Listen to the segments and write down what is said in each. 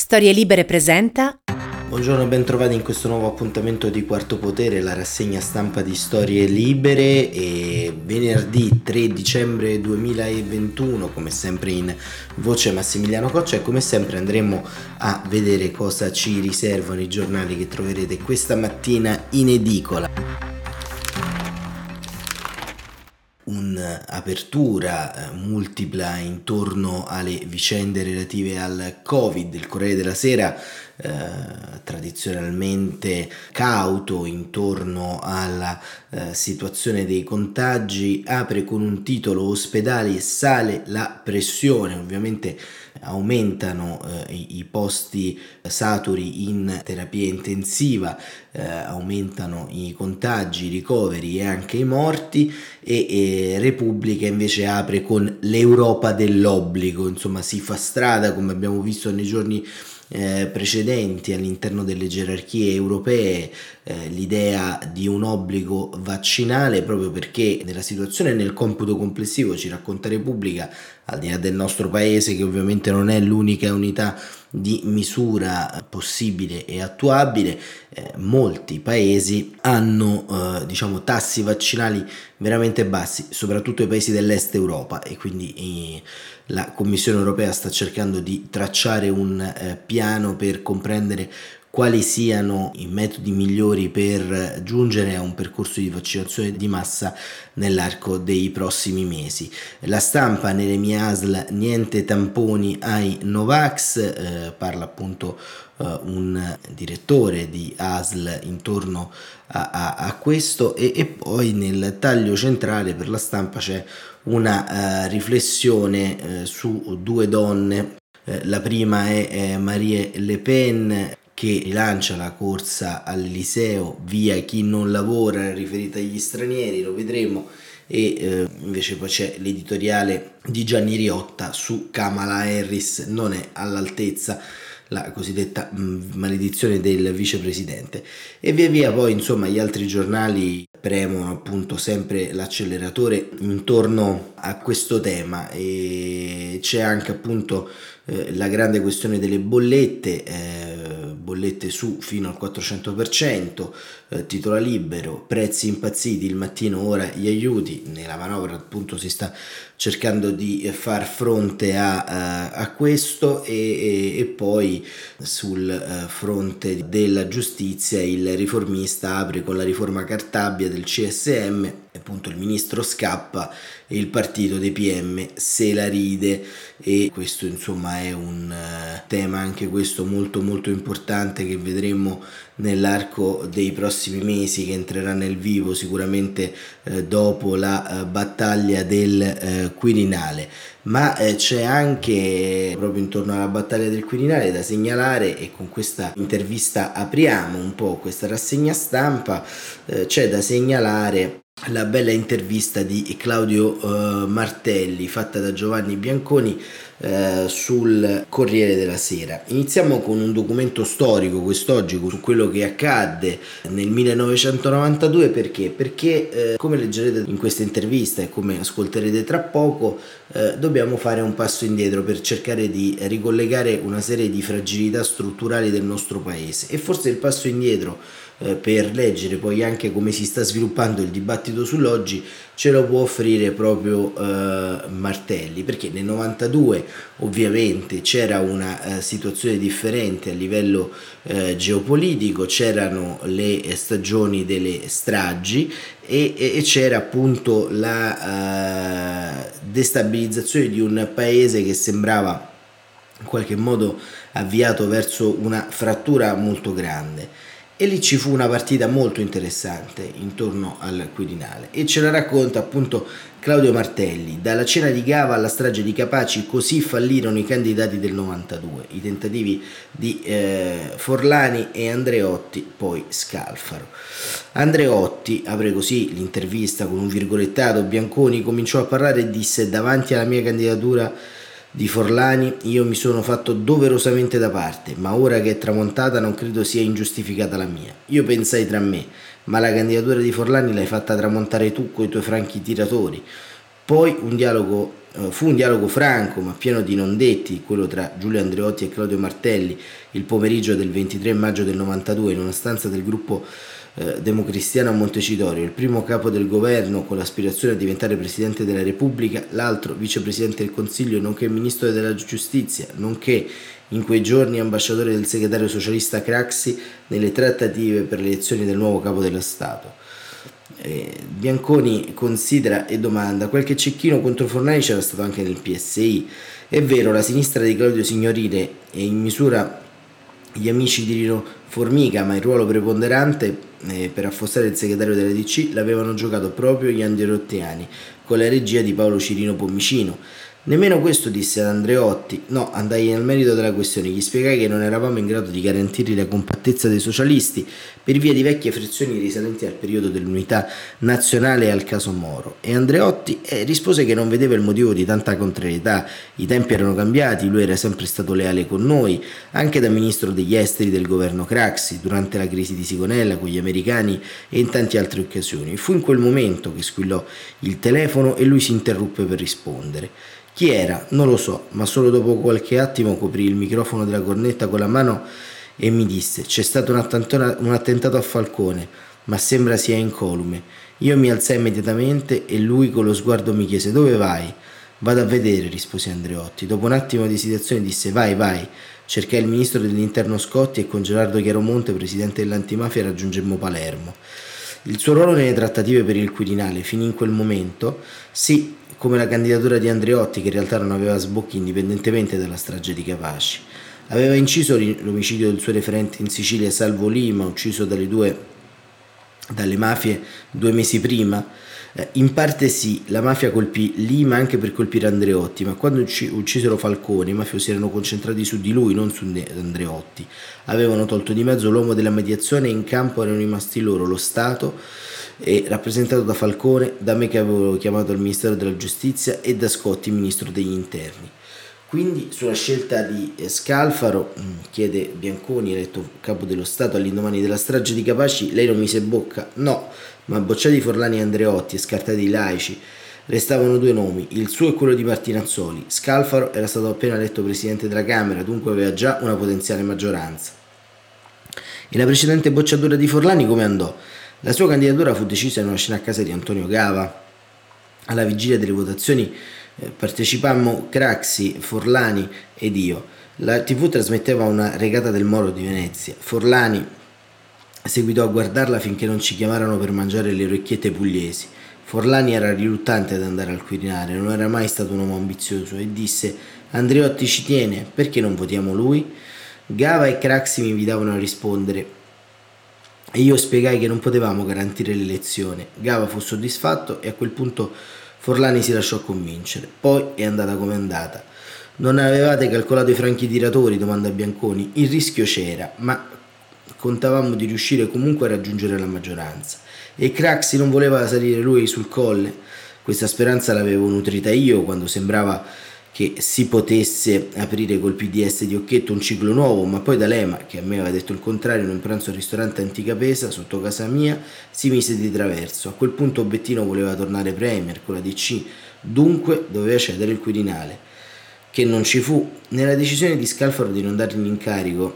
Storie Libere presenta. Buongiorno e ben trovati in questo nuovo appuntamento di Quarto Potere, la rassegna stampa di Storie Libere. E venerdì 3 dicembre 2021, come sempre in voce Massimiliano Coccia, e come sempre andremo a vedere cosa ci riservano i giornali che troverete questa mattina in edicola. Un'apertura multipla intorno alle vicende relative al Covid. Il Corriere della Sera, tradizionalmente cauto intorno alla situazione dei contagi, apre con un titolo: ospedali e sale la pressione. Ovviamente aumentano i posti saturi in terapia intensiva, aumentano i contagi, i ricoveri e anche i morti, e Repubblica invece apre con l'Europa dell'obbligo. Insomma, si fa strada, come abbiamo visto nei giorni precedenti, all'interno delle gerarchie europee, l'idea di un obbligo vaccinale, proprio perché nella situazione e nel computo complessivo, ci racconta Repubblica, al di là del nostro paese, che ovviamente non è l'unica unità di misura possibile e attuabile, molti paesi hanno tassi vaccinali veramente bassi, soprattutto i paesi dell'est Europa, e quindi la Commissione europea sta cercando di tracciare un piano per comprendere quali siano i metodi migliori per giungere a un percorso di vaccinazione di massa nell'arco dei prossimi mesi. La Stampa, nelle mie ASL, niente tamponi ai Novax, parla appunto un direttore di ASL intorno a questo, e poi nel taglio centrale per la Stampa c'è una riflessione su due donne. La prima è Marine Le Pen, che rilancia la corsa all'Eliseo via chi non lavora, riferita agli stranieri, lo vedremo. E invece poi c'è l'editoriale di Gianni Riotta su Kamala Harris, non è all'altezza, la cosiddetta maledizione del vicepresidente. E via via poi, insomma, gli altri giornali premono appunto sempre l'acceleratore intorno a questo tema, e c'è anche appunto la grande questione delle bollette su fino al 400%, titola Libero, prezzi impazziti, il mattino ora gli aiuti. Nella manovra appunto si sta cercando di far fronte a questo, e poi sul fronte della giustizia il Riformista apre con la riforma Cartabia del CSM, appunto il ministro scappa e il partito dei PM se la ride. E questo insomma è un tema anche questo molto molto importante, che vedremo nell'arco dei prossimi mesi, che entrerà nel vivo sicuramente dopo la battaglia del Quirinale. Ma c'è anche, proprio intorno alla battaglia del Quirinale, da segnalare, e con questa intervista apriamo un po' questa rassegna stampa, c'è da segnalare la bella intervista di Claudio Martelli fatta da Giovanni Bianconi sul Corriere della Sera. Iniziamo con un documento storico quest'oggi su quello che accadde nel 1992. Perché come leggerete in questa intervista e come ascolterete tra poco, dobbiamo fare un passo indietro per cercare di ricollegare una serie di fragilità strutturali del nostro paese. E forse il passo indietro, per leggere poi anche come si sta sviluppando il dibattito sull'oggi, ce lo può offrire proprio Martelli, perché nel 92 ovviamente c'era una situazione differente a livello geopolitico, c'erano le stagioni delle stragi, e c'era appunto la destabilizzazione di un paese che sembrava in qualche modo avviato verso una frattura molto grande. E lì ci fu una partita molto interessante intorno al Quirinale, e ce la racconta appunto Claudio Martelli. Dalla cena di Gava alla strage di Capaci, così fallirono i candidati del 92, i tentativi di Forlani e Andreotti poi scalfaro. Andreotti apre così l'intervista con un virgolettato: Bianconi cominciò a parlare e disse: davanti alla mia candidatura di Forlani io mi sono fatto doverosamente da parte, ma ora che è tramontata non credo sia ingiustificata la mia. Io pensai tra me: ma la candidatura di Forlani l'hai fatta tramontare tu coi tuoi franchi tiratori. Poi fu un dialogo franco ma pieno di non detti, quello tra Giulio Andreotti e Claudio Martelli, il pomeriggio del 23 maggio del 92 in una stanza del gruppo democristiano a Montecitorio, il primo capo del governo con l'aspirazione a diventare Presidente della Repubblica, l'altro Vicepresidente del Consiglio nonché Ministro della Giustizia, nonché in quei giorni ambasciatore del segretario socialista Craxi nelle trattative per le elezioni del nuovo capo dello Stato. Bianconi considera e domanda: qualche cecchino contro Fornari c'era stato anche nel PSI. È vero, la sinistra di Claudio Signorile e in misura gli amici di Rino Formica, ma il ruolo preponderante per affossare il segretario della DC l'avevano giocato proprio gli andreottiani con la regia di Paolo Cirino Pomicino. Nemmeno questo disse ad Andreotti. No, andai nel merito della questione, gli spiegai che non eravamo in grado di garantirgli la compattezza dei socialisti per via di vecchie frizioni risalenti al periodo dell'unità nazionale e al caso Moro. E Andreotti rispose che non vedeva il motivo di tanta contrarietà, i tempi erano cambiati, lui era sempre stato leale con noi, anche da ministro degli esteri del governo Craxi, durante la crisi di Sigonella, con gli americani e in tante altre occasioni. Fu in quel momento che squillò il telefono e lui si interruppe per rispondere. Chi era? Non lo so, ma solo dopo qualche attimo coprì il microfono della cornetta con la mano e mi disse: c'è stato un attentato a Falcone, ma sembra sia incolume. Io mi alzai immediatamente e lui con lo sguardo mi chiese: dove vai? Vado a vedere, rispose Andreotti. Dopo un attimo di esitazione disse: vai, vai. Cercai il ministro dell'interno Scotti e con Gerardo Chiaromonte, presidente dell'antimafia, raggiungemmo Palermo. Il suo ruolo nelle trattative per il Quirinale finì in quel momento? Sì, come la candidatura di Andreotti, che in realtà non aveva sbocchi indipendentemente dalla strage di Capaci. Aveva inciso l'omicidio del suo referente in Sicilia, Salvo Lima, ucciso dalle mafie 2 mesi prima. In parte sì, la mafia colpì Lima anche per colpire Andreotti, ma quando uccisero Falcone i mafiosi erano concentrati su di lui, non su Andreotti. Avevano tolto di mezzo l'uomo della mediazione e in campo erano rimasti loro, lo Stato, rappresentato da Falcone, da me che avevo chiamato al Ministero della Giustizia e da Scotti, Ministro degli Interni. Quindi sulla scelta di Scalfaro, chiede Bianconi, eletto capo dello Stato all'indomani della strage di Capaci, lei non mise bocca? No, ma bocciati Forlani e Andreotti e scartati i laici, restavano 2 nomi, il suo e quello di Martinazzoli. Scalfaro era stato appena eletto Presidente della Camera, dunque aveva già una potenziale maggioranza. E la precedente bocciatura di Forlani come andò? La sua candidatura fu decisa in una scena a casa di Antonio Gava. Alla vigilia delle votazioni partecipammo Craxi, Forlani ed io. La TV trasmetteva una regata del Moro di Venezia. Forlani seguitò a guardarla finché non ci chiamarono per mangiare le orecchiette pugliesi. Forlani era riluttante ad andare al Quirinale, non era mai stato un uomo ambizioso e disse: Andreotti ci tiene, perché non votiamo lui? Gava e Craxi mi invitavano a rispondere e io spiegai che non potevamo garantire l'elezione. Gava fu soddisfatto e a quel punto Forlani si lasciò convincere. Poi è andata come è andata. Non avevate calcolato i franchi tiratori? Domanda Bianconi. Il rischio c'era, ma contavamo di riuscire comunque a raggiungere la maggioranza. E Craxi non voleva salire lui sul colle? Questa speranza l'avevo nutrita io quando sembrava che si potesse aprire col PDS di Occhetto un ciclo nuovo, ma poi D'Alema, che a me aveva detto il contrario in un pranzo al ristorante Antica Pesa sotto casa mia, si mise di traverso. A quel punto Bettino voleva tornare premier con la DC, dunque doveva cedere il Quirinale, che non ci fu. Nella decisione di Scalfaro di non dargli l'incarico,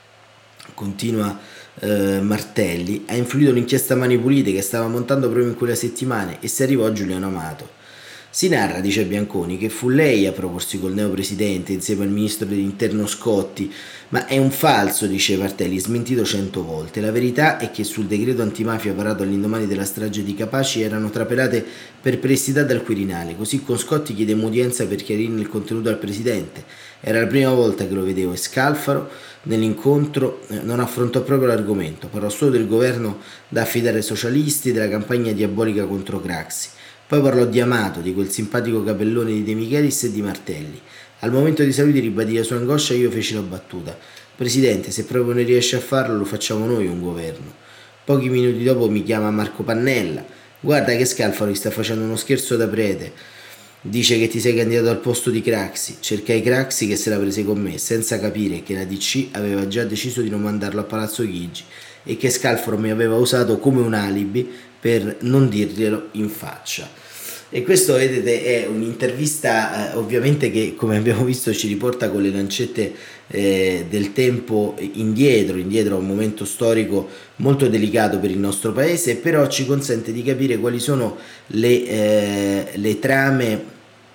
continua Martelli, ha influito l'inchiesta Mani Pulite che stava montando proprio in quelle settimane e si arrivò a Giuliano Amato. Si narra, dice Bianconi, che fu lei a proporsi col neopresidente insieme al ministro dell'interno Scotti, ma è un falso, dice Martelli, smentito 100 volte. La verità è che sul decreto antimafia varato all'indomani della strage di Capaci erano trapelate perplessità dal Quirinale, così con Scotti chiedemmo udienza per chiarire il contenuto al presidente. Era la prima volta che lo vedevo e Scalfaro nell'incontro non affrontò proprio l'argomento, parlò solo del governo da affidare ai socialisti e della campagna diabolica contro Craxi. Poi parlò di Amato, di quel simpatico capellone di De Michelis e di Martelli. Al momento di saluti ribadì la sua angoscia e io feci la battuta: Presidente, se proprio non riesce a farlo, lo facciamo noi un governo. Pochi minuti dopo mi chiama Marco Pannella. Guarda che Scalfaro gli sta facendo uno scherzo da prete. Dice che ti sei candidato al posto di Craxi. Cercai Craxi che se la prese con me, senza capire che la DC aveva già deciso di non mandarlo a Palazzo Chigi e che Scalfaro mi aveva usato come un alibi per non dirglielo in faccia. E questo, vedete, è un'intervista ovviamente che, come abbiamo visto, ci riporta con le lancette del tempo indietro a un momento storico molto delicato per il nostro paese, però ci consente di capire quali sono le trame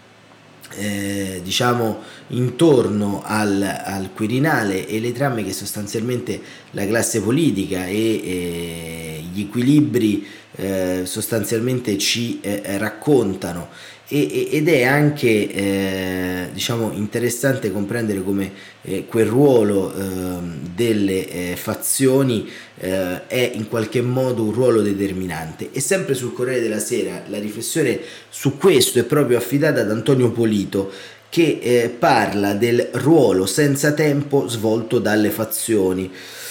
diciamo intorno al Quirinale, e le trame che sostanzialmente la classe politica e gli equilibri sostanzialmente ci raccontano, ed è anche diciamo interessante comprendere come quel ruolo delle fazioni è in qualche modo un ruolo determinante. E sempre sul Corriere della Sera la riflessione su questo è proprio affidata ad Antonio Polito, che parla del ruolo senza tempo svolto dalle fazioni.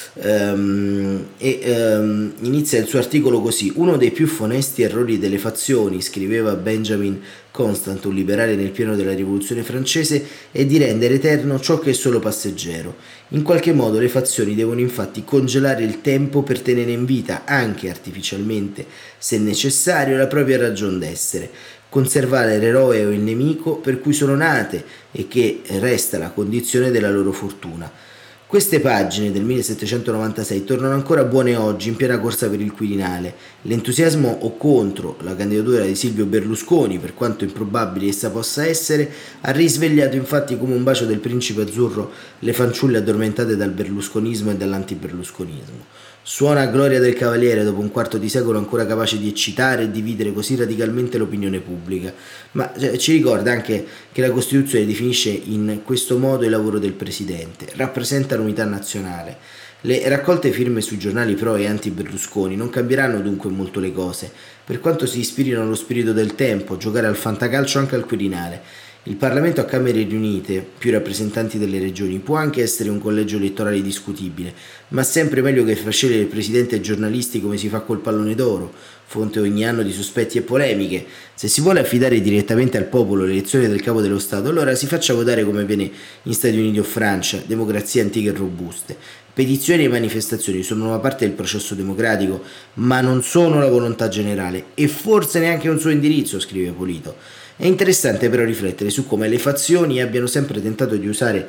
Inizia il suo articolo così: uno dei più funesti errori delle fazioni, scriveva Benjamin Constant, un liberale nel pieno della rivoluzione francese, è di rendere eterno ciò che è solo passeggero. In qualche modo le fazioni devono infatti congelare il tempo per tenere in vita, anche artificialmente se necessario, la propria ragion d'essere, conservare l'eroe o il nemico per cui sono nate e che resta la condizione della loro fortuna. Queste pagine del 1796 tornano ancora buone oggi, in piena corsa per il Quirinale. L'entusiasmo o contro la candidatura di Silvio Berlusconi, per quanto improbabile essa possa essere, ha risvegliato infatti come un bacio del principe azzurro le fanciulle addormentate dal berlusconismo e dall'antiberlusconismo. Suona a gloria del cavaliere dopo un quarto di secolo ancora capace di eccitare e dividere così radicalmente l'opinione pubblica, ma ci ricorda anche che la Costituzione definisce in questo modo il lavoro del Presidente, rappresenta l'unità nazionale. Le raccolte firme sui giornali pro e anti-Berlusconi non cambieranno dunque molto le cose, per quanto si ispirino allo spirito del tempo, giocare al fantacalcio anche al Quirinale. Il Parlamento a Camere riunite, più rappresentanti delle regioni, può anche essere un collegio elettorale discutibile, ma sempre meglio che far scegliere il Presidente ai giornalisti come si fa col pallone d'oro, fonte ogni anno di sospetti e polemiche. Se si vuole affidare direttamente al popolo l'elezione del capo dello Stato, allora si faccia votare come avviene in Stati Uniti o Francia, democrazie antiche e robuste. Petizioni e manifestazioni sono una parte del processo democratico, ma non sono la volontà generale, e forse neanche un suo indirizzo, scrive Polito. È interessante però riflettere su come le fazioni abbiano sempre tentato di usare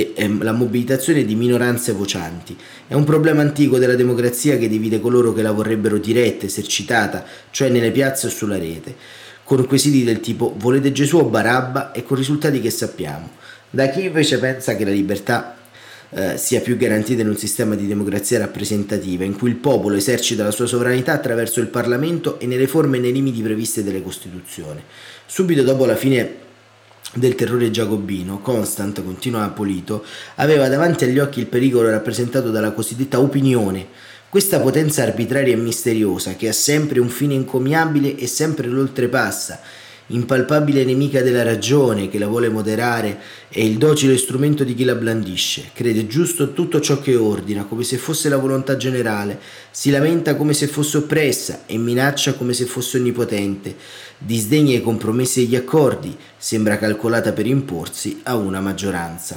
la mobilitazione di minoranze vocianti. È un problema antico della democrazia che divide coloro che la vorrebbero diretta, esercitata, cioè nelle piazze o sulla rete, con quesiti del tipo volete Gesù o Barabba, e con risultati che sappiamo. Da chi invece pensa che la libertà sia più garantita in un sistema di democrazia rappresentativa, in cui il popolo esercita la sua sovranità attraverso il Parlamento e nelle forme e nei limiti previsti dalle Costituzioni. Subito dopo la fine del terrore giacobino, Constant, continua Polito, aveva davanti agli occhi il pericolo rappresentato dalla cosiddetta opinione, questa potenza arbitraria e misteriosa che ha sempre un fine encomiabile e sempre lo oltrepassa, impalpabile nemica della ragione che la vuole moderare, è il docile strumento di chi la blandisce, crede giusto tutto ciò che ordina come se fosse la volontà generale, si lamenta come se fosse oppressa e minaccia come se fosse onnipotente, disdegna i compromessi e gli accordi, sembra calcolata per imporsi a una maggioranza.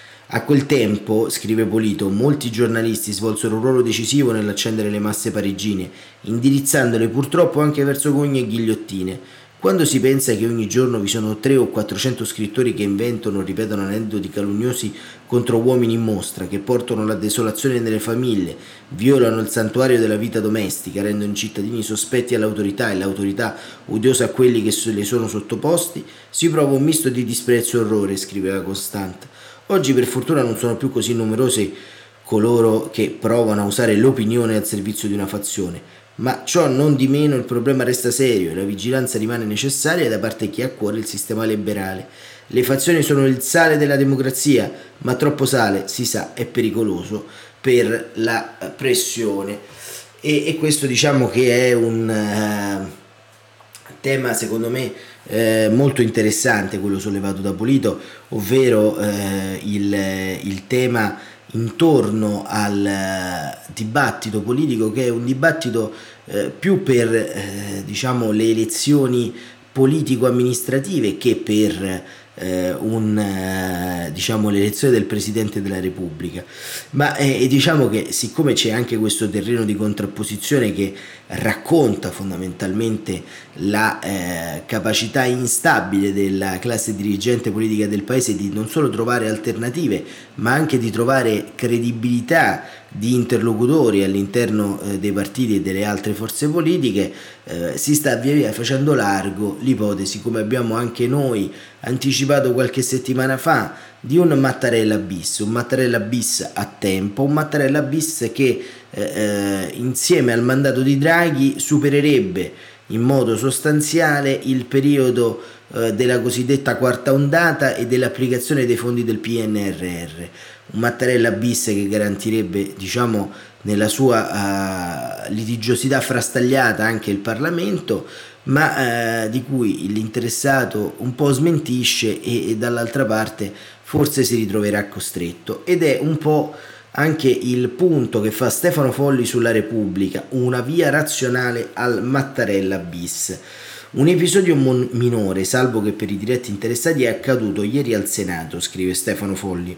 A quel tempo, scrive Polito, molti giornalisti svolsero un ruolo decisivo nell'accendere le masse parigine, indirizzandole purtroppo anche verso gogne e ghigliottine. Quando si pensa che ogni giorno vi sono 300 o 400 scrittori che inventano o ripetono aneddoti calunnosi contro uomini in mostra, che portano la desolazione nelle famiglie, violano il santuario della vita domestica, rendono i cittadini sospetti all'autorità e l'autorità odiosa a quelli che le sono sottoposti, si prova un misto di disprezzo e orrore, scrive la Constant. Oggi per fortuna non sono più così numerosi coloro che provano a usare l'opinione al servizio di una fazione, ma ciò non di meno il problema resta serio e la vigilanza rimane necessaria da parte di chi ha a cuore il sistema liberale. Le fazioni sono il sale della democrazia, ma troppo sale, si sa, è pericoloso per la pressione. E questo diciamo che è un tema secondo me molto interessante, quello sollevato da Polito, ovvero il tema intorno al dibattito politico, che è un dibattito più per diciamo le elezioni politico-amministrative che per diciamo, l'elezione del Presidente della Repubblica, ma diciamo che siccome c'è anche questo terreno di contrapposizione che racconta fondamentalmente la capacità instabile della classe dirigente politica del paese di non solo trovare alternative, ma anche di trovare credibilità di interlocutori all'interno dei partiti e delle altre forze politiche, si sta via via facendo largo l'ipotesi, come abbiamo anche noi anticipato qualche settimana fa, di un Mattarella bis a tempo, un Mattarella bis che insieme al mandato di Draghi supererebbe in modo sostanziale il periodo della cosiddetta quarta ondata e dell'applicazione dei fondi del PNRR. Un Mattarella bis che garantirebbe, diciamo, nella sua litigiosità frastagliata anche il Parlamento, ma di cui l'interessato un po' smentisce e dall'altra parte forse si ritroverà costretto, ed è un po' anche il punto che fa Stefano Folli sulla Repubblica, una via razionale al Mattarella bis. Un episodio minore, salvo che per i diretti interessati, è accaduto ieri al Senato, scrive Stefano Folli,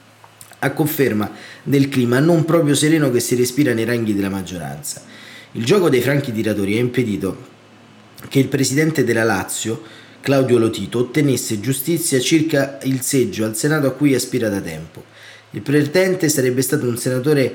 a conferma del clima non proprio sereno che si respira nei ranghi della maggioranza. Il gioco dei franchi tiratori ha impedito che il presidente della Lazio, Claudio Lotito, ottenesse giustizia circa il seggio al Senato a cui aspira da tempo. Il pretendente sarebbe stato un senatore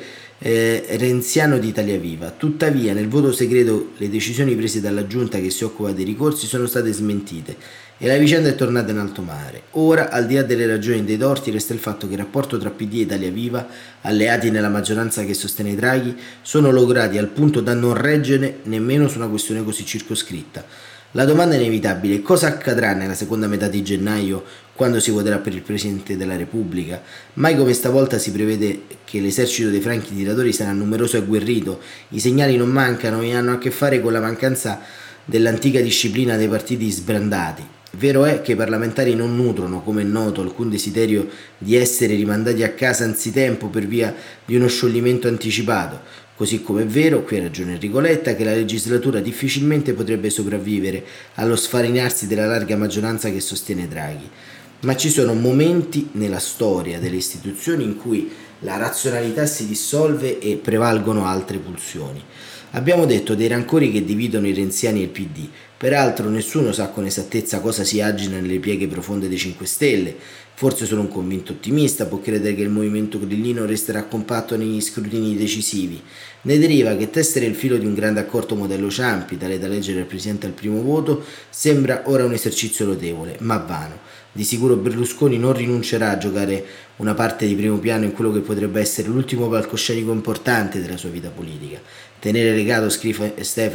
renziano di Italia Viva. Tuttavia, nel voto segreto, le decisioni prese dalla giunta che si occupa dei ricorsi sono state smentite e la vicenda è tornata in alto mare. Ora, al di là delle ragioni e dei torti, resta il fatto che il rapporto tra PD e Italia Viva, alleati nella maggioranza che sostiene Draghi, sono lograti al punto da non reggere nemmeno su una questione così circoscritta. La domanda è inevitabile: cosa accadrà nella seconda metà di gennaio, quando si voterà per il Presidente della Repubblica? Mai come stavolta si prevede che l'esercito dei franchi tiratori sarà numeroso e agguerrito. I segnali non mancano e hanno a che fare con la mancanza dell'antica disciplina dei partiti sbrandati. Vero è che i parlamentari non nutrono, come è noto, alcun desiderio di essere rimandati a casa anzitempo per via di uno scioglimento anticipato. Così come è vero, qui ha ragione Enrico Letta, che la legislatura difficilmente potrebbe sopravvivere allo sfarinarsi della larga maggioranza che sostiene Draghi. Ma ci sono momenti nella storia delle istituzioni in cui la razionalità si dissolve e prevalgono altre pulsioni. Abbiamo detto dei rancori che dividono i renziani e il PD. Peraltro nessuno sa con esattezza cosa si agina nelle pieghe profonde dei 5 Stelle. Forse solo un convinto ottimista può credere che il movimento grillino resterà compatto negli scrutini decisivi. Ne deriva che tessere il filo di un grande accordo modello Ciampi, tale da leggere il Presidente al primo voto, sembra ora un esercizio lodevole, ma vano. Di sicuro Berlusconi non rinuncerà a giocare una parte di primo piano in quello che potrebbe essere l'ultimo palcoscenico importante della sua vita politica. Tenere legato, scrive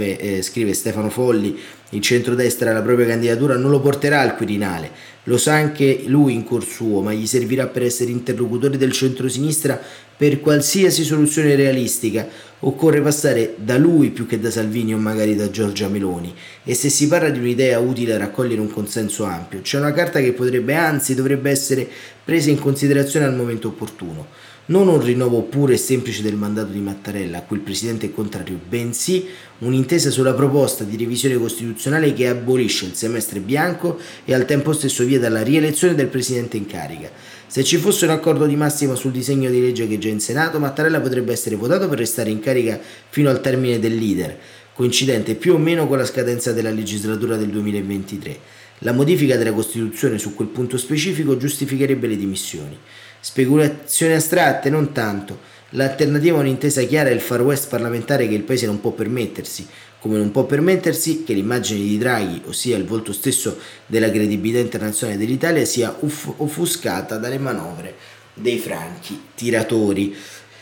Stefano Folli, il centrodestra alla propria candidatura non lo porterà al Quirinale. Lo sa anche lui in cuor suo, ma gli servirà per essere interlocutore del centrosinistra per qualsiasi soluzione realistica. Occorre passare da lui più che da Salvini o magari da Giorgia Meloni. E se si parla di un'idea utile a raccogliere un consenso ampio, c'è una carta che potrebbe, anzi dovrebbe essere presa in considerazione al momento opportuno. Non un rinnovo puro e semplice del mandato di Mattarella, a cui il Presidente è contrario, bensì un'intesa sulla proposta di revisione costituzionale che abolisce il semestre bianco e al tempo stesso vieta la rielezione del Presidente in carica. Se ci fosse un accordo di massima sul disegno di legge che è già in Senato, Mattarella potrebbe essere votato per restare in carica fino al termine dell'iter, coincidente più o meno con la scadenza della legislatura del 2023. La modifica della Costituzione su quel punto specifico giustificherebbe le dimissioni. Speculazioni astratte? Non tanto. L'alternativa a un'intesa chiara è il far west parlamentare che il Paese non può permettersi, come non può permettersi che l'immagine di Draghi, ossia il volto stesso della credibilità internazionale dell'Italia, sia offuscata dalle manovre dei franchi tiratori.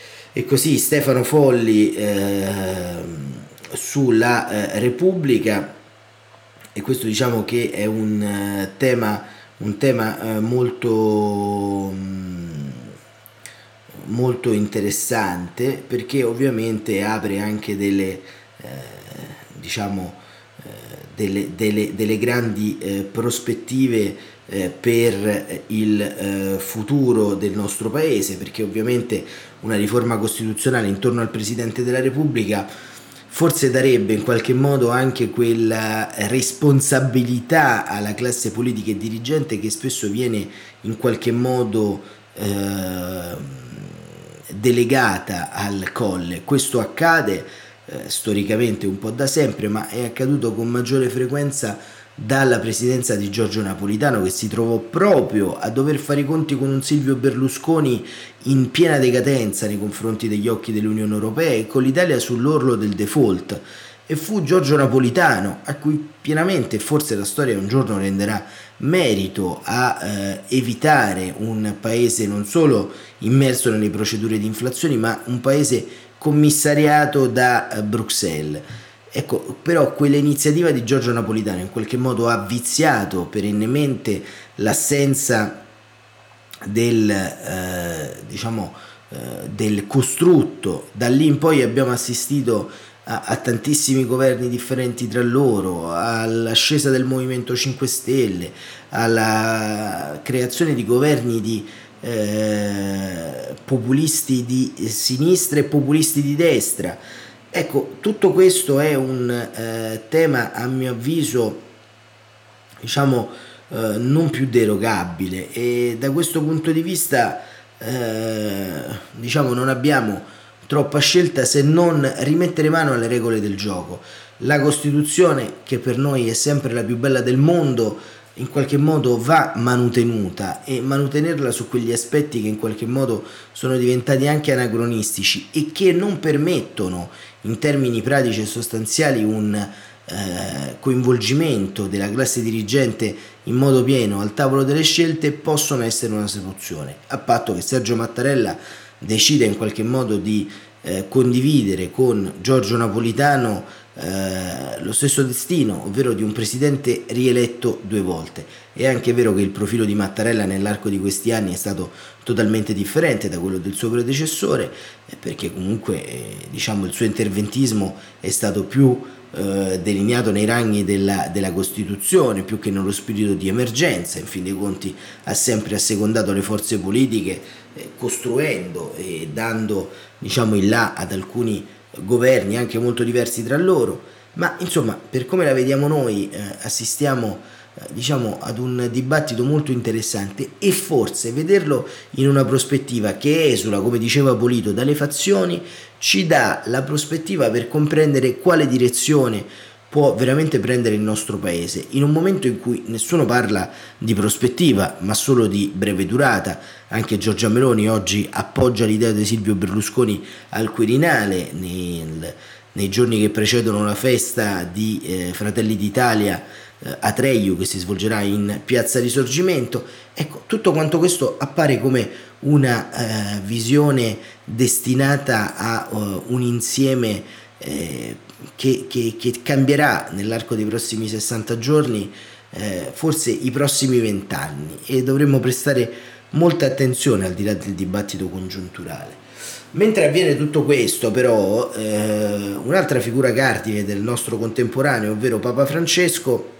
E così Stefano Folli sulla Repubblica, e questo diciamo che è un tema molto interessante, perché ovviamente apre anche delle grandi prospettive per il futuro del nostro paese, perché ovviamente una riforma costituzionale intorno al Presidente della Repubblica forse darebbe in qualche modo anche quella responsabilità alla classe politica e dirigente che spesso viene in qualche modo delegata al Colle. Questo accade storicamente un po' da sempre, ma è accaduto con maggiore frequenza dalla presidenza di Giorgio Napolitano, che si trovò proprio a dover fare i conti con un Silvio Berlusconi in piena decadenza nei confronti degli occhi dell'Unione Europea e con l'Italia sull'orlo del default. E fu Giorgio Napolitano, a cui pienamente, forse la storia un giorno renderà merito, a evitare un paese non solo immerso nelle procedure di inflazione, ma un paese commissariato da Bruxelles. Ecco, però quell'iniziativa di Giorgio Napolitano in qualche modo ha viziato perennemente l'assenza del costrutto. Da lì in poi abbiamo assistito a tantissimi governi differenti tra loro, all'ascesa del Movimento 5 Stelle, alla creazione di governi di populisti di sinistra e populisti di destra. Ecco, tutto questo è un tema, a mio avviso, non più derogabile, e da questo punto di vista non abbiamo troppa scelta se non rimettere mano alle regole del gioco. La Costituzione, che per noi è sempre la più bella del mondo, in qualche modo va manutenuta, e manutenerla su quegli aspetti che in qualche modo sono diventati anche anacronistici e che non permettono in termini pratici e sostanziali un coinvolgimento della classe dirigente in modo pieno al tavolo delle scelte, possono essere una soluzione, a patto che Sergio Mattarella decida in qualche modo di condividere con Giorgio Napolitano lo stesso destino, ovvero di un presidente rieletto 2 volte. È anche vero che il profilo di Mattarella nell'arco di questi anni è stato totalmente differente da quello del suo predecessore, perché comunque il suo interventismo è stato più delineato nei ranghi della Costituzione più che nello spirito di emergenza. In fin dei conti ha sempre assecondato le forze politiche, costruendo e dando il là ad alcuni governi anche molto diversi tra loro. Ma insomma, per come la vediamo noi, assistiamo ad un dibattito molto interessante, e forse vederlo in una prospettiva che esula, come diceva Polito, dalle fazioni, ci dà la prospettiva per comprendere quale direzione può veramente prendere il nostro paese, in un momento in cui nessuno parla di prospettiva, ma solo di breve durata. Anche Giorgia Meloni oggi appoggia l'idea di Silvio Berlusconi al Quirinale, nei giorni che precedono la festa di Fratelli d'Italia a Treio, che si svolgerà in Piazza Risorgimento. Ecco, tutto quanto questo appare come una visione destinata a un insieme che cambierà nell'arco dei prossimi 60 giorni, forse i prossimi 20 anni, e dovremmo prestare molta attenzione al di là del dibattito congiunturale. Mentre avviene tutto questo, però, un'altra figura cardine del nostro contemporaneo, ovvero Papa Francesco,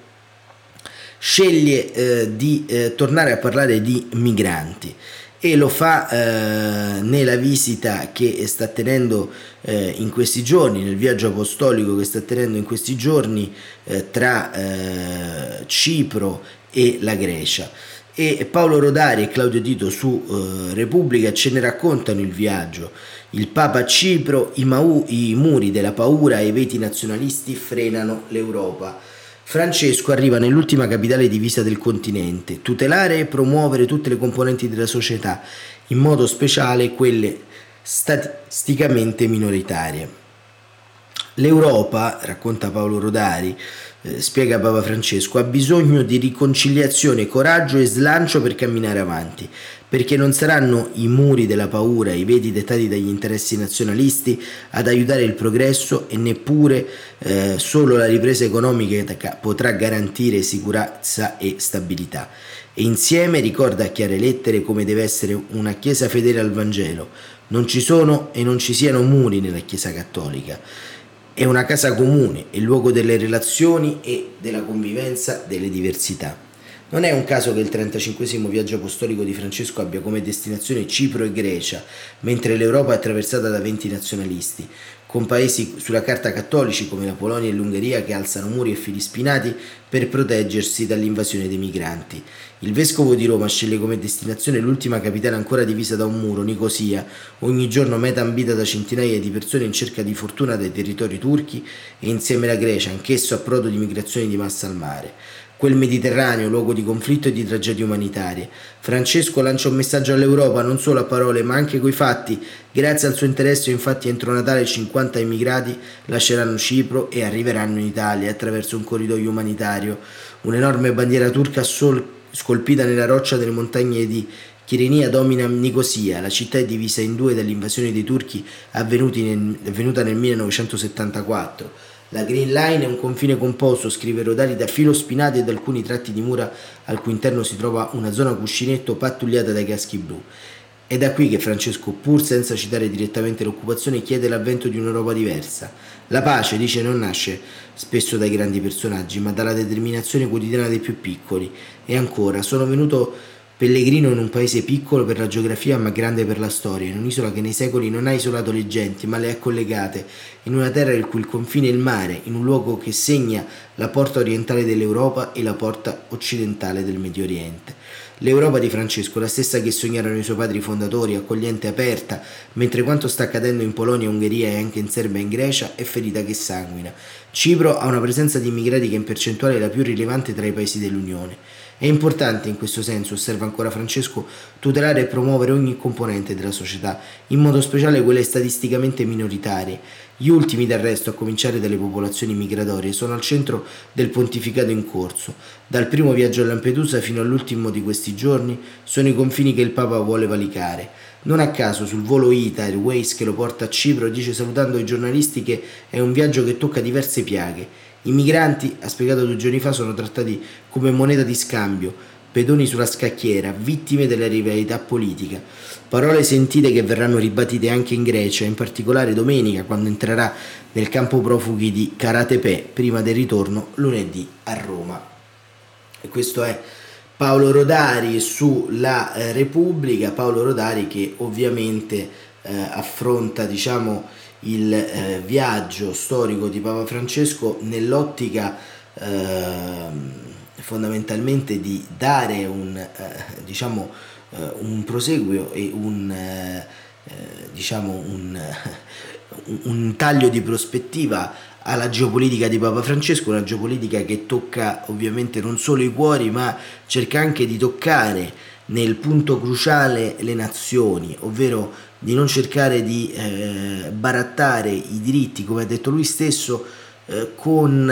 sceglie di tornare a parlare di migranti, e lo fa nella visita che sta tenendo in questi giorni, nel viaggio apostolico che sta tenendo in questi giorni tra Cipro e la Grecia. E Paolo Rodari e Claudio Tito su Repubblica ce ne raccontano il viaggio. Il Papa a Cipro, i muri della paura e i veti nazionalisti frenano l'Europa. Francesco arriva nell'ultima capitale divisa del continente: tutelare e promuovere tutte le componenti della società, in modo speciale quelle statisticamente minoritarie. L'Europa, racconta Paolo Rodari, spiega Papa Francesco, ha bisogno di riconciliazione, coraggio e slancio per camminare avanti, perché non saranno i muri della paura, i veti dettati dagli interessi nazionalisti ad aiutare il progresso, e neppure solo la ripresa economica potrà garantire sicurezza e stabilità. E insieme ricorda a chiare lettere come deve essere una Chiesa fedele al Vangelo. Non ci sono e non ci siano muri nella Chiesa cattolica. È una casa comune, è il luogo delle relazioni e della convivenza delle diversità. Non è un caso che il 35esimo viaggio apostolico di Francesco abbia come destinazione Cipro e Grecia, mentre l'Europa è attraversata da 20 nazionalisti, con paesi sulla carta cattolici come la Polonia e l'Ungheria che alzano muri e fili spinati per proteggersi dall'invasione dei migranti. Il vescovo di Roma sceglie come destinazione l'ultima capitale ancora divisa da un muro, Nicosia, ogni giorno meta ambita da centinaia di persone in cerca di fortuna dai territori turchi, e insieme la Grecia, anch'esso approdo di migrazioni di massa al mare. Quel Mediterraneo, luogo di conflitto e di tragedie umanitarie. Francesco lancia un messaggio all'Europa, non solo a parole, ma anche coi fatti. Grazie al suo interesse, infatti, entro Natale 50 immigrati lasceranno Cipro e arriveranno in Italia attraverso un corridoio umanitario. Un'enorme bandiera turca scolpita nella roccia delle montagne di Chirenia domina Nicosia. La città è divisa in due dall'invasione dei turchi avvenuta nel 1974. La Green Line è un confine composto, scrive Rodari, da filo spinato e da alcuni tratti di mura al cui interno si trova una zona cuscinetto pattugliata dai caschi blu. È da qui che Francesco, pur senza citare direttamente l'occupazione, chiede l'avvento di un'Europa diversa. La pace, dice, non nasce spesso dai grandi personaggi, ma dalla determinazione quotidiana dei più piccoli. E ancora, sono venuto pellegrino in un paese piccolo per la geografia ma grande per la storia, in un'isola che nei secoli non ha isolato le genti ma le ha collegate, in una terra il cui confine è il mare, in un luogo che segna la porta orientale dell'Europa e la porta occidentale del Medio Oriente. L'Europa di Francesco, la stessa che sognarono i suoi padri fondatori, accogliente e aperta, mentre quanto sta accadendo in Polonia, Ungheria e anche in Serbia e in Grecia è ferita che sanguina. Cipro ha una presenza di immigrati che in percentuale è la più rilevante tra i paesi dell'Unione. È importante in questo senso, osserva ancora Francesco, tutelare e promuovere ogni componente della società, in modo speciale quelle statisticamente minoritarie. Gli ultimi, del resto, a cominciare dalle popolazioni migratorie, sono al centro del pontificato in corso. Dal primo viaggio a Lampedusa fino all'ultimo di questi giorni sono i confini che il Papa vuole valicare. Non a caso sul volo ITA Airways che lo porta a Cipro dice, salutando i giornalisti, che è un viaggio che tocca diverse piaghe. I migranti, ha spiegato 2 giorni fa, sono trattati come moneta di scambio, pedoni sulla scacchiera, vittime della rivalità politica. Parole sentite che verranno ribadite anche in Grecia, in particolare domenica, quando entrerà nel campo profughi di Karatepe, prima del ritorno lunedì a Roma. E questo è Paolo Rodari sulla Repubblica. Paolo Rodari che ovviamente affronta, diciamo, il viaggio storico di Papa Francesco nell'ottica fondamentalmente di dare un proseguio e un taglio di prospettiva alla geopolitica di Papa Francesco, una geopolitica che tocca ovviamente non solo i cuori, ma cerca anche di toccare nel punto cruciale le nazioni, ovvero di non cercare di barattare i diritti, come ha detto lui stesso, con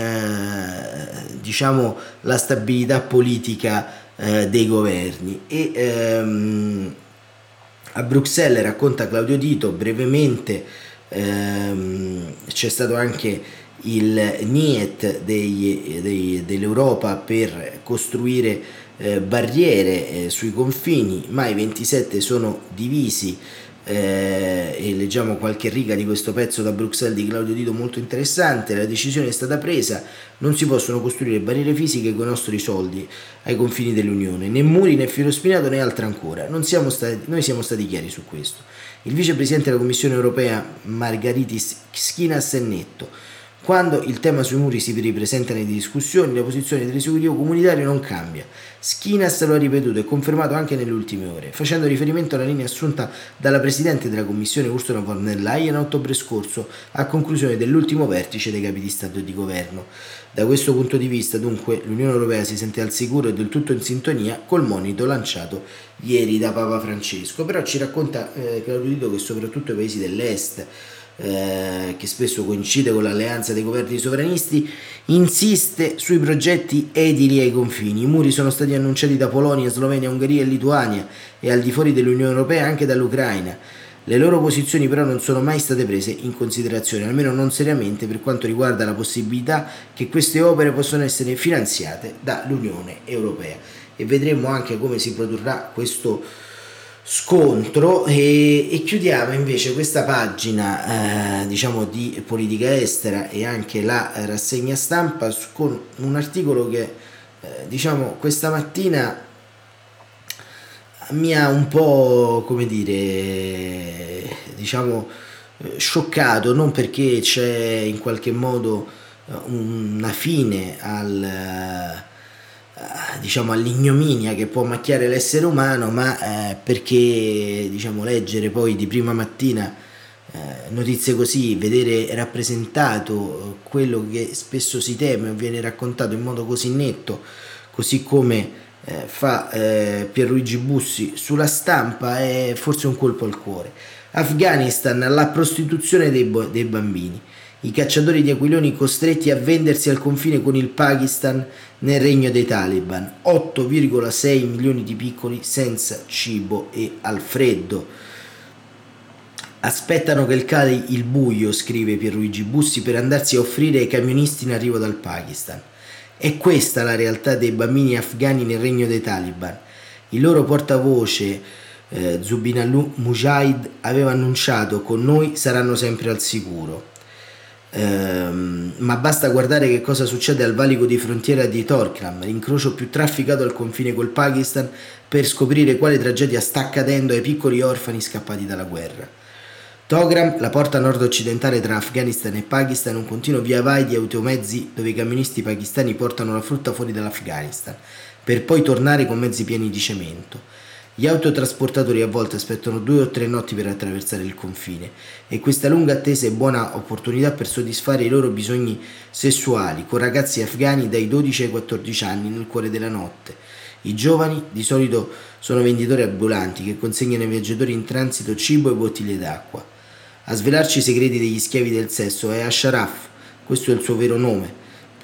la stabilità politica dei governi. E a Bruxelles, racconta Claudio Dito brevemente, c'è stato anche il niet dell'Europa per costruire barriere sui confini, ma i 27 sono divisi, e leggiamo qualche riga di questo pezzo da Bruxelles di Claudio Dito molto interessante. La decisione è stata presa, non si possono costruire barriere fisiche con i nostri soldi ai confini dell'Unione, né muri né filo spinato né altro ancora. Noi siamo stati chiari su questo. Il vicepresidente della Commissione europea Margaritis Schinas è netto: quando il tema sui muri si ripresenta nelle discussioni, la posizione dell'esecutivo comunitario non cambia. Schinas lo ha ripetuto e confermato anche nelle ultime ore, facendo riferimento alla linea assunta dalla Presidente della Commissione Ursula von der Leyen a ottobre scorso, a conclusione dell'ultimo vertice dei capi di Stato e di Governo. Da questo punto di vista, dunque, l'Unione Europea si sente al sicuro e del tutto in sintonia col monito lanciato ieri da Papa Francesco. Però ci racconta Claudio Dito che soprattutto i paesi dell'Est, che spesso coincide con l'alleanza dei governi sovranisti, insiste sui progetti edili ai confini. I muri sono stati annunciati da Polonia, Slovenia, Ungheria e Lituania, e al di fuori dell'Unione Europea anche dall'Ucraina. Le loro posizioni però non sono mai state prese in considerazione, almeno non seriamente, per quanto riguarda la possibilità che queste opere possano essere finanziate dall'Unione Europea. E vedremo anche come si produrrà questo scontro. E chiudiamo invece questa pagina di politica estera e anche la rassegna stampa con un articolo che diciamo, questa mattina mi ha un po', come dire, diciamo, scioccato, non perché c'è in qualche modo una fine diciamo, all'ignominia che può macchiare l'essere umano, ma perché, diciamo, leggere poi di prima mattina notizie così, vedere rappresentato quello che spesso si teme o viene raccontato in modo così netto, così come fa Pierluigi Bussi sulla stampa, è forse un colpo al cuore. Afghanistan, la prostituzione dei bambini. I cacciatori di aquiloni costretti a vendersi al confine con il Pakistan nel regno dei Taliban. 8,6 milioni di piccoli senza cibo e al freddo. Aspettano che cali il buio, scrive Pierluigi Bussi, per andarsi a offrire ai camionisti in arrivo dal Pakistan. È questa la realtà dei bambini afghani nel regno dei Taliban. Il loro portavoce, Zubinallah Mujahid, aveva annunciato: con noi saranno sempre al sicuro. Ma basta guardare che cosa succede al valico di frontiera di Torkram, l'incrocio più trafficato al confine col Pakistan, per scoprire quale tragedia sta accadendo ai piccoli orfani scappati dalla guerra. Togram, la porta nord-occidentale tra Afghanistan e Pakistan, un continuo via vai di automezzi dove i camionisti pakistani portano la frutta fuori dall'Afghanistan, per poi tornare con mezzi pieni di cemento. Gli autotrasportatori a volte aspettano 2 o 3 notti per attraversare il confine, e questa lunga attesa è buona opportunità per soddisfare i loro bisogni sessuali, con ragazzi afghani dai 12 ai 14 anni nel cuore della notte. I giovani di solito sono venditori ambulanti che consegnano ai viaggiatori in transito cibo e bottiglie d'acqua. A svelarci i segreti degli schiavi del sesso è Ashraf, questo è il suo vero nome.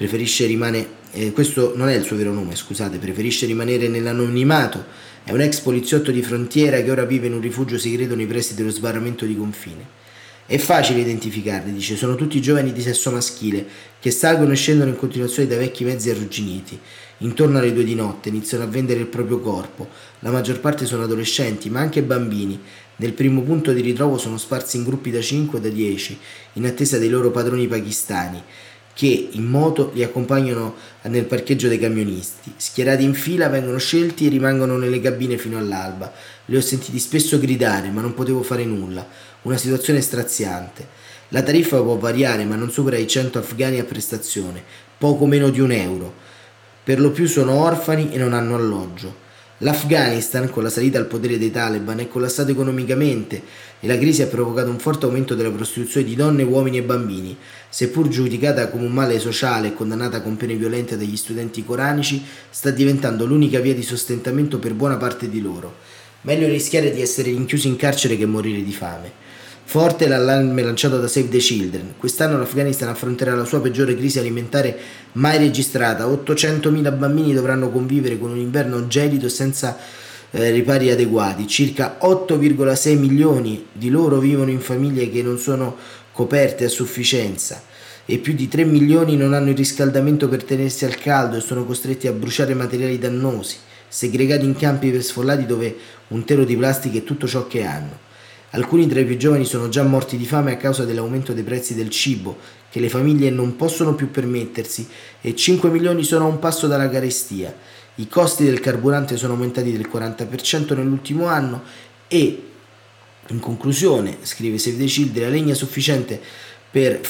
Questo non è il suo vero nome, scusate, preferisce rimanere nell'anonimato. È un ex poliziotto di frontiera che ora vive in un rifugio segreto nei pressi dello sbarramento di confine. È facile identificarli, dice, sono tutti giovani di sesso maschile che salgono e scendono in continuazione dai vecchi mezzi arrugginiti. Intorno alle 2 di notte iniziano a vendere il proprio corpo. La maggior parte sono adolescenti, ma anche bambini. Nel primo punto di ritrovo sono sparsi in gruppi da 5 o da 10, in attesa dei loro padroni pakistani, che in moto li accompagnano nel parcheggio dei camionisti. Schierati in fila vengono scelti e rimangono nelle cabine fino all'alba. Li ho sentiti spesso gridare, ma non potevo fare nulla. Una situazione straziante. La tariffa può variare, ma non supera i 100 afghani a prestazione, poco meno di €1. Per lo più sono orfani e non hanno alloggio. L'Afghanistan, con la salita al potere dei Taliban, è collassato economicamente e la crisi ha provocato un forte aumento della prostituzione di donne, uomini e bambini. Seppur giudicata come un male sociale e condannata con pene violente dagli studenti coranici, sta diventando l'unica via di sostentamento per buona parte di loro. Meglio rischiare di essere rinchiusi in carcere che morire di fame. Forte l'allarme lanciato da Save the Children. Quest'anno l'Afghanistan affronterà la sua peggiore crisi alimentare mai registrata. 800.000 bambini dovranno convivere con un inverno gelido senza ripari adeguati. Circa 8,6 milioni di loro vivono in famiglie che non sono coperte a sufficienza, e più di 3 milioni non hanno il riscaldamento per tenersi al caldo e sono costretti a bruciare materiali dannosi, segregati in campi per sfollati dove un telo di plastica è tutto ciò che hanno. Alcuni tra i più giovani sono già morti di fame a causa dell'aumento dei prezzi del cibo, che le famiglie non possono più permettersi, e 5 milioni sono a un passo dalla carestia. I costi del carburante sono aumentati del 40% nell'ultimo anno e, in conclusione, scrive Save the Children, la legna sufficiente per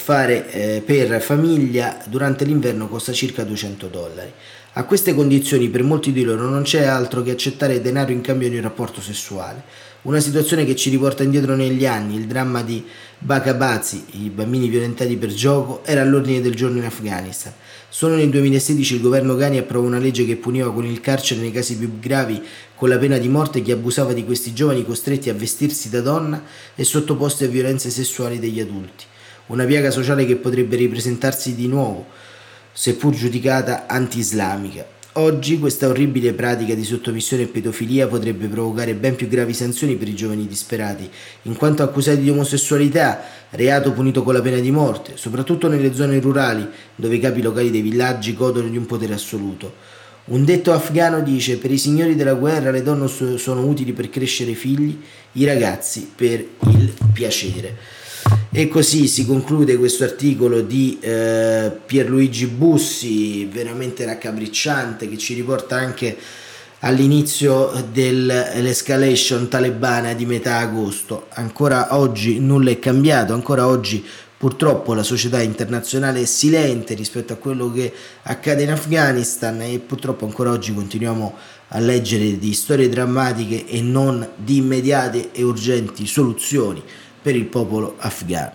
famiglia durante l'inverno costa circa $200. A queste condizioni per molti di loro non c'è altro che accettare denaro in cambio di un rapporto sessuale. Una situazione che ci riporta indietro negli anni. Il dramma di Bakabazi, i bambini violentati per gioco, era all'ordine del giorno in Afghanistan. Solo nel 2016 il governo Ghani approvò una legge che puniva con il carcere nei casi più gravi con la pena di morte chi abusava di questi giovani costretti a vestirsi da donna e sottoposti a violenze sessuali degli adulti. Una piaga sociale che potrebbe ripresentarsi di nuovo, seppur giudicata anti-islamica. Oggi questa orribile pratica di sottomissione e pedofilia potrebbe provocare ben più gravi sanzioni per i giovani disperati, in quanto accusati di omosessualità, reato punito con la pena di morte, soprattutto nelle zone rurali, dove i capi locali dei villaggi godono di un potere assoluto. Un detto afghano dice: per i signori della guerra le donne sono utili per crescere figli, i ragazzi per il piacere. E così si conclude questo articolo di Pierluigi Bussi, veramente raccapricciante, che ci riporta anche all'inizio dell'escalation talebana di metà agosto. Ancora oggi nulla è cambiato, ancora oggi purtroppo la società internazionale è silente rispetto a quello che accade in Afghanistan, e purtroppo ancora oggi continuiamo a leggere di storie drammatiche e non di immediate e urgenti soluzioni per il popolo afghano.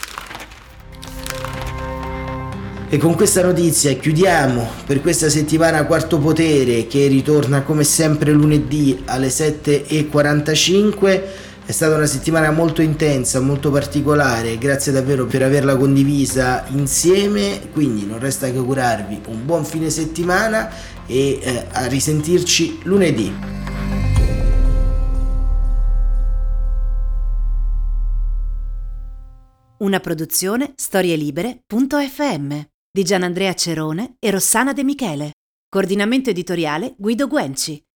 E con questa notizia chiudiamo per questa settimana Quarto Potere, che ritorna come sempre lunedì alle 7:45. È stata una settimana molto intensa, molto particolare, grazie davvero per averla condivisa insieme, quindi non resta che augurarvi un buon fine settimana e a risentirci lunedì. Una produzione storielibere.fm di Gianandrea Cerone e Rossana De Michele. Coordinamento editoriale Guido Guenci.